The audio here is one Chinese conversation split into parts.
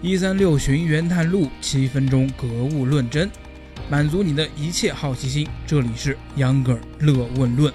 136寻源探路，7分钟格物论真，满足你的一切好奇心。这里是秧歌儿乐问论。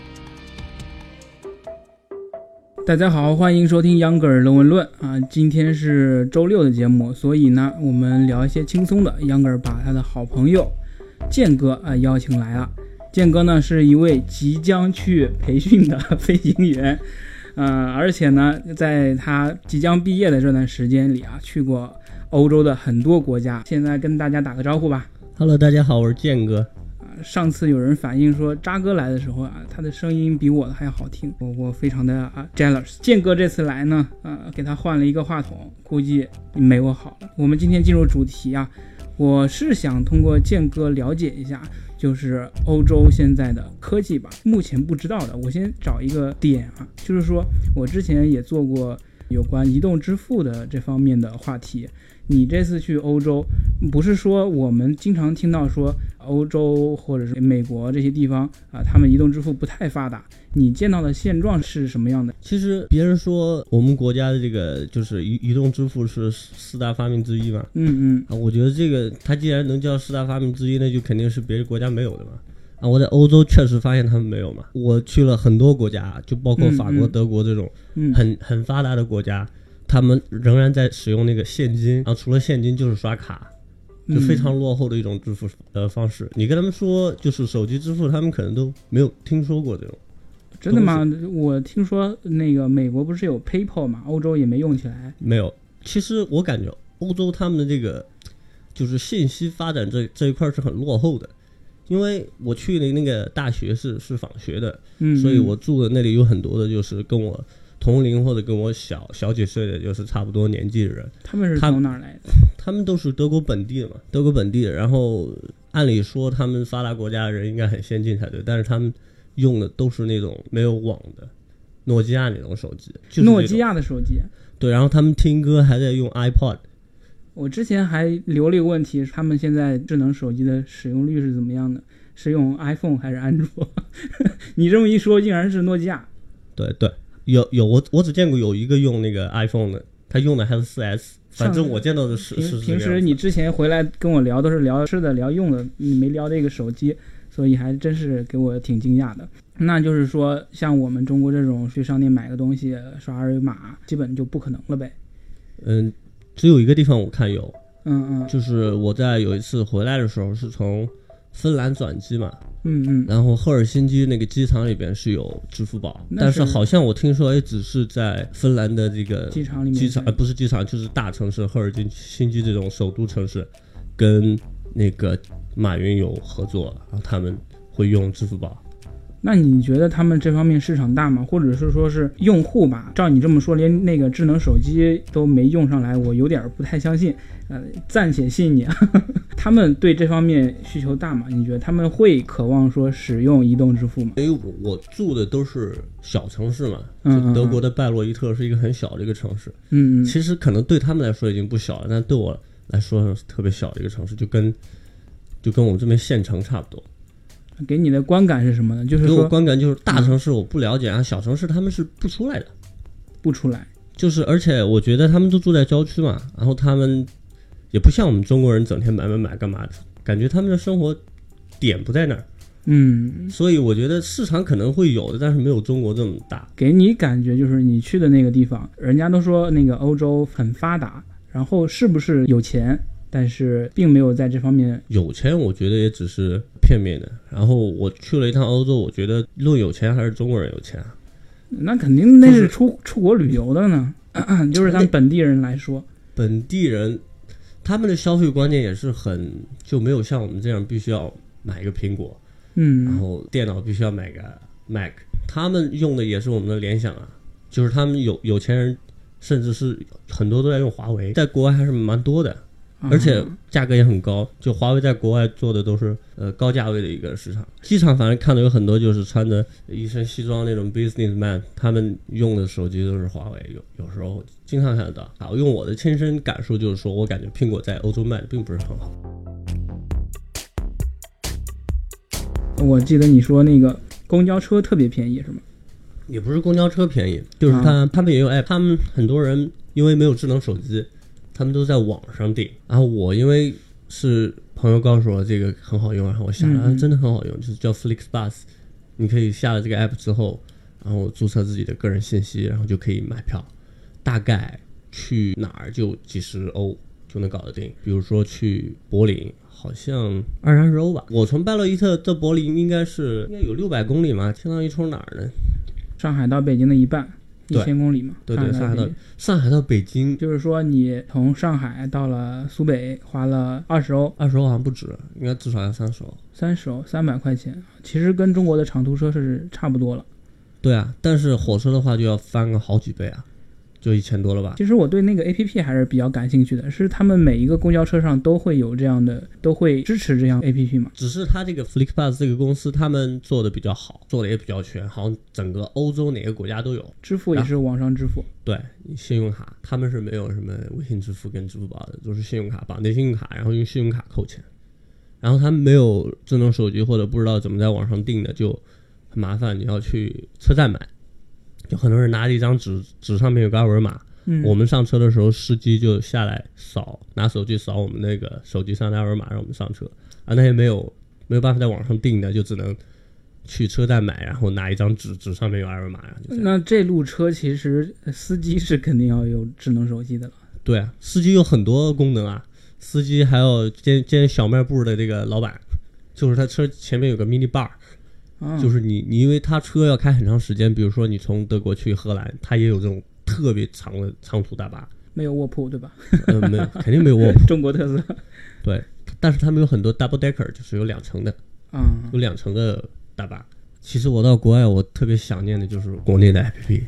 大家好，欢迎收听秧歌儿乐问论啊！今天是周六的节目，所以呢，我们聊一些轻松的。秧歌儿把他的好朋友建哥邀请来了。建哥呢是一位即将去培训的飞行员。而且呢，在他即将毕业的这段时间里啊，去过欧洲的很多国家。现在跟大家打个招呼吧。 Hello， 大家好，我是建哥。 上次有人反映说渣哥来的时候啊，他的声音比我的还好听，我非常的jealous。建哥这次来呢，给他换了一个话筒，估计没我好了。我们今天进入主题啊，我是想通过建哥了解一下，就是欧洲现在的科技吧，目前不知道的，我先找一个点啊，就是说我之前也做过有关移动支付的这方面的话题。你这次去欧洲，不是说我们经常听到说欧洲或者是美国这些地方啊，他们移动支付不太发达，你见到的现状是什么样的？ 其实别人说我们国家的这个就是移动支付是4大发明之一嘛，我觉得这个它既然能叫4大发明之一，那就肯定是别的国家没有的嘛。我在欧洲确实发现他们没有嘛。我去了很多国家，就包括法国、德国这种很发达的国家，他们仍然在使用那个现金，然后除了现金就是刷卡，就非常落后的一种支付方式。你跟他们说就是手机支付，他们可能都没有听说过这种。 真的吗？我听说那个美国不是有 PayPal 嘛，欧洲也没用起来。 没有，其实我感觉欧洲他们的这个就是信息发展这一块是很落后的。因为我去的那个大学是访学的，所以我住的那里有很多的就是跟我同龄或者跟我小几岁的，就是差不多年纪的人。 他们是从哪儿来的？ 他们都是德国本地的嘛，德国本地的。然后按理说他们发达国家的人应该很先进才对，但是他们用的都是那种没有网的诺基亚那种手机，就是诺基亚的手机。 对，然后他们听歌还在用 iPod。 我之前还留了一个问题，他们现在智能手机的使用率是怎么样的？是用 iPhone 还是安卓？你这么一说，竟然是诺基亚。 对对，有我只见过有一个用那个 iPhone 的，他用的还是 4S。反正我见到的是平时你之前回来跟我聊都是聊吃的聊用的，你没聊这个手机，所以还真是给我挺惊讶的。那就是说，像我们中国这种去商店买个东西刷二维码，基本就不可能了呗。 只有一个地方我看有，就是我在有一次回来的时候是从芬兰转机嘛，然后赫尔辛基那个机场里边是有支付宝，但是好像我听说也只是在芬兰的这个机场里面， 不是机场，就是大城市赫尔辛基这种首都城市，跟那个马云有合作，然后他们会用支付宝。 那你觉得他们这方面市场大吗？或者是说是用户吧？照你这么说，连那个智能手机都没用上来，我有点不太相信。暂且信你啊。他们对这方面需求大吗？你觉得他们会渴望说使用移动支付吗？ 因为我住的都是小城市嘛，就德国的拜洛伊特是一个很小的一个城市。其实可能对他们来说已经不小了，但对我来说是特别小的一个城市，就跟我们这边县城差不多。 给你的观感是什么呢？就是说给我观感就是大城市我不了解，小城市他们是不出来的， 不出来。就是而且我觉得他们都住在郊区嘛，然后他们也不像我们中国人整天买干嘛的，感觉他们的生活点不在那儿。所以我觉得市场可能会有的，但是没有中国这么大。 给你感觉就是你去的那个地方，人家都说那个欧洲很发达，然后是不是有钱？但是并没有在这方面有钱，我觉得也只是片面的。然后我去了一趟欧洲，我觉得论有钱还是中国人有钱啊。 那肯定那是出国旅游的呢，就是咱本地人来说， 本地人他们的消费观念也是就没有像我们这样必须要买一个苹果，然后电脑必须要买个 Mac， 他们用的也是我们的联想啊，就是他们有钱人甚至是很多都在用华为，在国外还是蛮多的。而且价格也很高，就华为在国外做的都是高价位的一个市场。机场反正看到有很多就是穿着一身西装那种 businessman， 他们用的手机都是华为，有时候经常看得到。我用我的亲身感受就是说，我感觉苹果在欧洲卖的并不是很好。 我记得你说那个公交车特别便宜是吗？ 也不是公交车便宜，就是他们也有 app， 他们很多人因为没有智能手机。 他们都在网上订。然后我因为是朋友告诉我这个很好用，然后我下了，真的很好用，就是叫 FlixBus。你可以下了这个 app 之后，然后注册自己的个人信息，然后就可以买票，大概去哪儿就几十欧就能搞得定。比如说去柏林，好像20-30欧吧。我从拜洛伊特到柏林应该有600公里嘛，相当于从哪儿呢？ 上海到北京的一半，1000公里嘛。 对，上海到北京， 就是说你从上海到了苏北花了20欧 ，20欧好像不止，应该至少要30欧 ，30欧300块钱，其实跟中国的长途车是差不多了。 对啊，但是火车的话就要翻个好几倍啊，就1000多了吧。 其实我对那个 APP 还是比较感兴趣的，是他们每一个公交车上都会有这样的，都会支持这样 APP 嘛。 只是他这个 FlixBus 这个公司他们做的比较好，做的也比较全，好像整个欧洲哪个国家都有。 支付也是网上支付。 对，信用卡他们是没有什么微信支付跟支付宝的，都是信用卡，绑定信用卡，然后用信用卡扣钱。然后他们没有智能手机或者不知道怎么在网上订的，就很麻烦，你要去车站买。就很多人拿着一张纸上面有个二维码，我们上车的时候司机就下来拿手机扫我们那个手机上的二维码让我们上车啊。那些没有办法在网上订的，就只能去车站买，然后拿一张纸上面有二维码。 那这路车其实司机是肯定要有智能手机的了。 对啊，司机有很多功能啊，司机还有兼小卖部的这个老板，就是他车前面有个 mini bar。就是你因为他车要开很长时间，比如说你从德国去荷兰，他也有这种特别长的长途大巴， 没有卧铺对吧？ 没有，肯定没有卧铺， 中国特色。 对，但是他们有很多 double decker， 就是有2层的，有2层的大巴。其实我到国外，我特别想念的就是国内的 APP，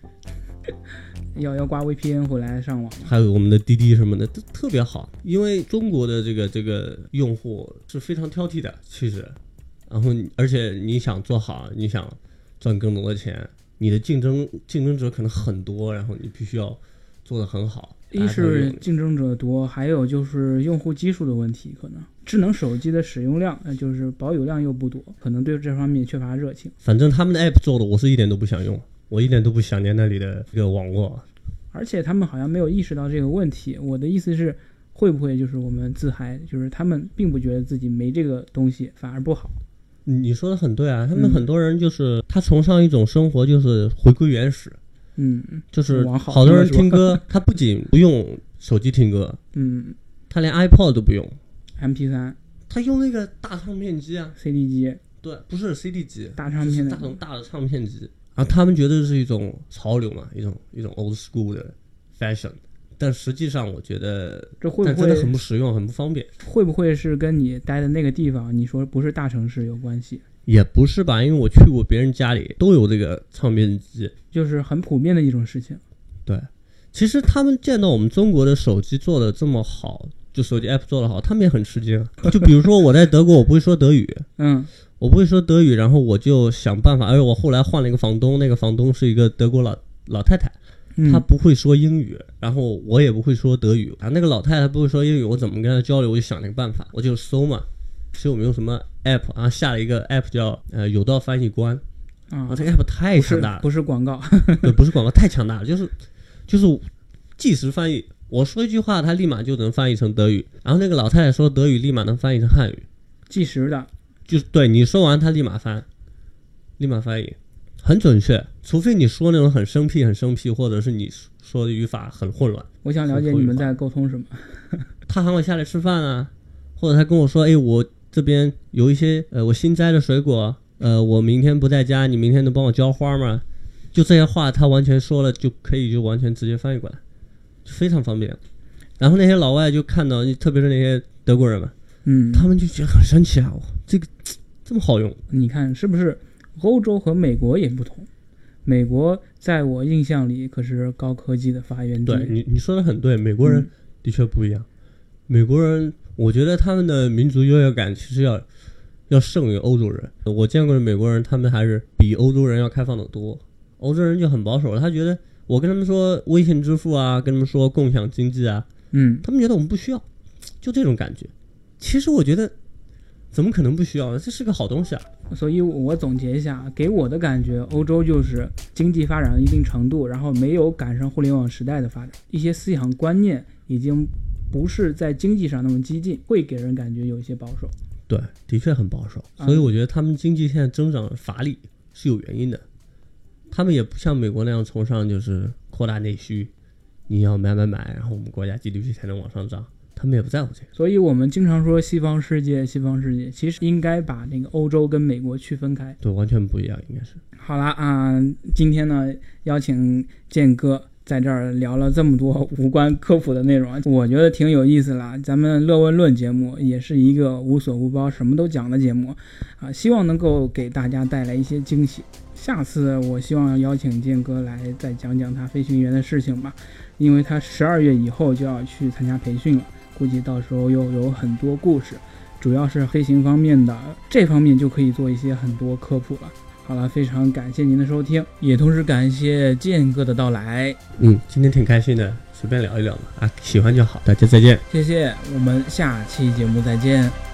要挂 VPN 回来上网， 还有我们的滴滴什么的都特别好。因为中国的这个用户是非常挑剔的，其实。然后而且你想做好，你想赚更多的钱，你的竞争者可能很多，然后你必须要做得很好。 一是竞争者多，还有就是用户基数的问题，可能智能手机的使用量就是保有量又不多，可能对这方面缺乏热情。 反正他们的 app 做的我是一点都不想用，我一点都不想念那里的这个网络， 而且他们好像没有意识到这个问题。我的意思是，会不会就是我们自嗨，就是他们并不觉得自己没这个东西反而不好。 你说的很对啊，他们很多人就是他崇尚一种生活，就是回归原始。就是好多人听歌，他不仅不用手机听歌，他连 iPod 都不用 ，MP3， 他用那个大唱片机啊 ，CD 机。 对，不是 CD 机， 大唱片的大的唱片机。然后他们觉得是一种潮流嘛，一种 old school 的 fashion。但实际上我觉得这会不会真的很不实用，很不方便。 会不会是跟你待的那个地方，你说不是大城市有关系？ 也不是吧，因为我去过别人家里都有这个唱片机， 就是很普遍的一种事情。 对，其实他们见到我们中国的手机做的这么好，就手机 app 做得好，他们也很吃惊。就比如说我在德国，我不会说德语，我不会说德语，然后我就想办法，而且我后来换了一个房东，那个房东是一个德国老太太。他不会说英语，然后我也不会说德语啊。那个老太太不会说英语，我怎么跟她交流？我就想了一个办法，我就搜嘛，其实我们用什么 app 啊？下了一个 app 叫有道翻译官啊，这个 app 太强大了， 不是广告， 对，不是广告，太强大了，就是即时翻译。我说一句话，它立马就能翻译成德语，然后那个老太太说德语，立马能翻译成汉语， 即时的， 就是对你说完，它立马翻译。很准确，除非你说那种很生僻，或者是你说的语法很混乱。 我想了解你们在沟通什么。 他喊我下来吃饭啊，或者他跟我说，我这边有一些我新摘的水果，我明天不在家，你明天能帮我浇花吗？就这些话他完全说了就可以，就完全直接翻译过来，就非常方便。然后那些老外就看到，特别是那些德国人嘛，他们就觉得很神奇啊，这个这么好用。 你看是不是？欧洲和美国也不同，美国在我印象里可是高科技的发源地。 对，你说的很对，美国人的确不一样。美国人，我觉得他们的民族优越感其实要胜于欧洲人。我见过的美国人，他们还是比欧洲人要开放的多。欧洲人就很保守了，他觉得我跟他们说微信支付啊，跟他们说共享经济啊，他们觉得我们不需要，就这种感觉。其实我觉得怎么可能不需要呢？这是个好东西啊。 所以我总结一下，给我的感觉，欧洲就是经济发展到一定程度，然后没有赶上互联网时代的发展，一些思想观念已经不是在经济上那么激进，会给人感觉有一些保守。 对，的确很保守。所以我觉得他们经济现在增长乏力是有原因的。他们也不像美国那样崇尚就是扩大内需，你要买，然后我们国家 GDP 才能往上涨。他们也不在乎这个， 所以我们经常说西方世界，其实应该把那个欧洲跟美国区分开。 对，完全不一样，应该是。 好了啊，今天呢邀请建哥在这儿聊了这么多无关科普的内容，我觉得挺有意思了。咱们乐问论节目也是一个无所不包，什么都讲的节目啊，希望能够给大家带来一些惊喜。下次我希望邀请建哥来再讲讲他飞行员的事情吧，因为他12月以后就要去参加培训了。估计到时候又有很多故事，主要是飞行方面的，这方面就可以做一些很多科普了。好了，非常感谢您的收听，也同时感谢建哥的到来。 今天挺开心的，随便聊一聊嘛，喜欢就好，大家再见。 谢谢，我们下期节目再见。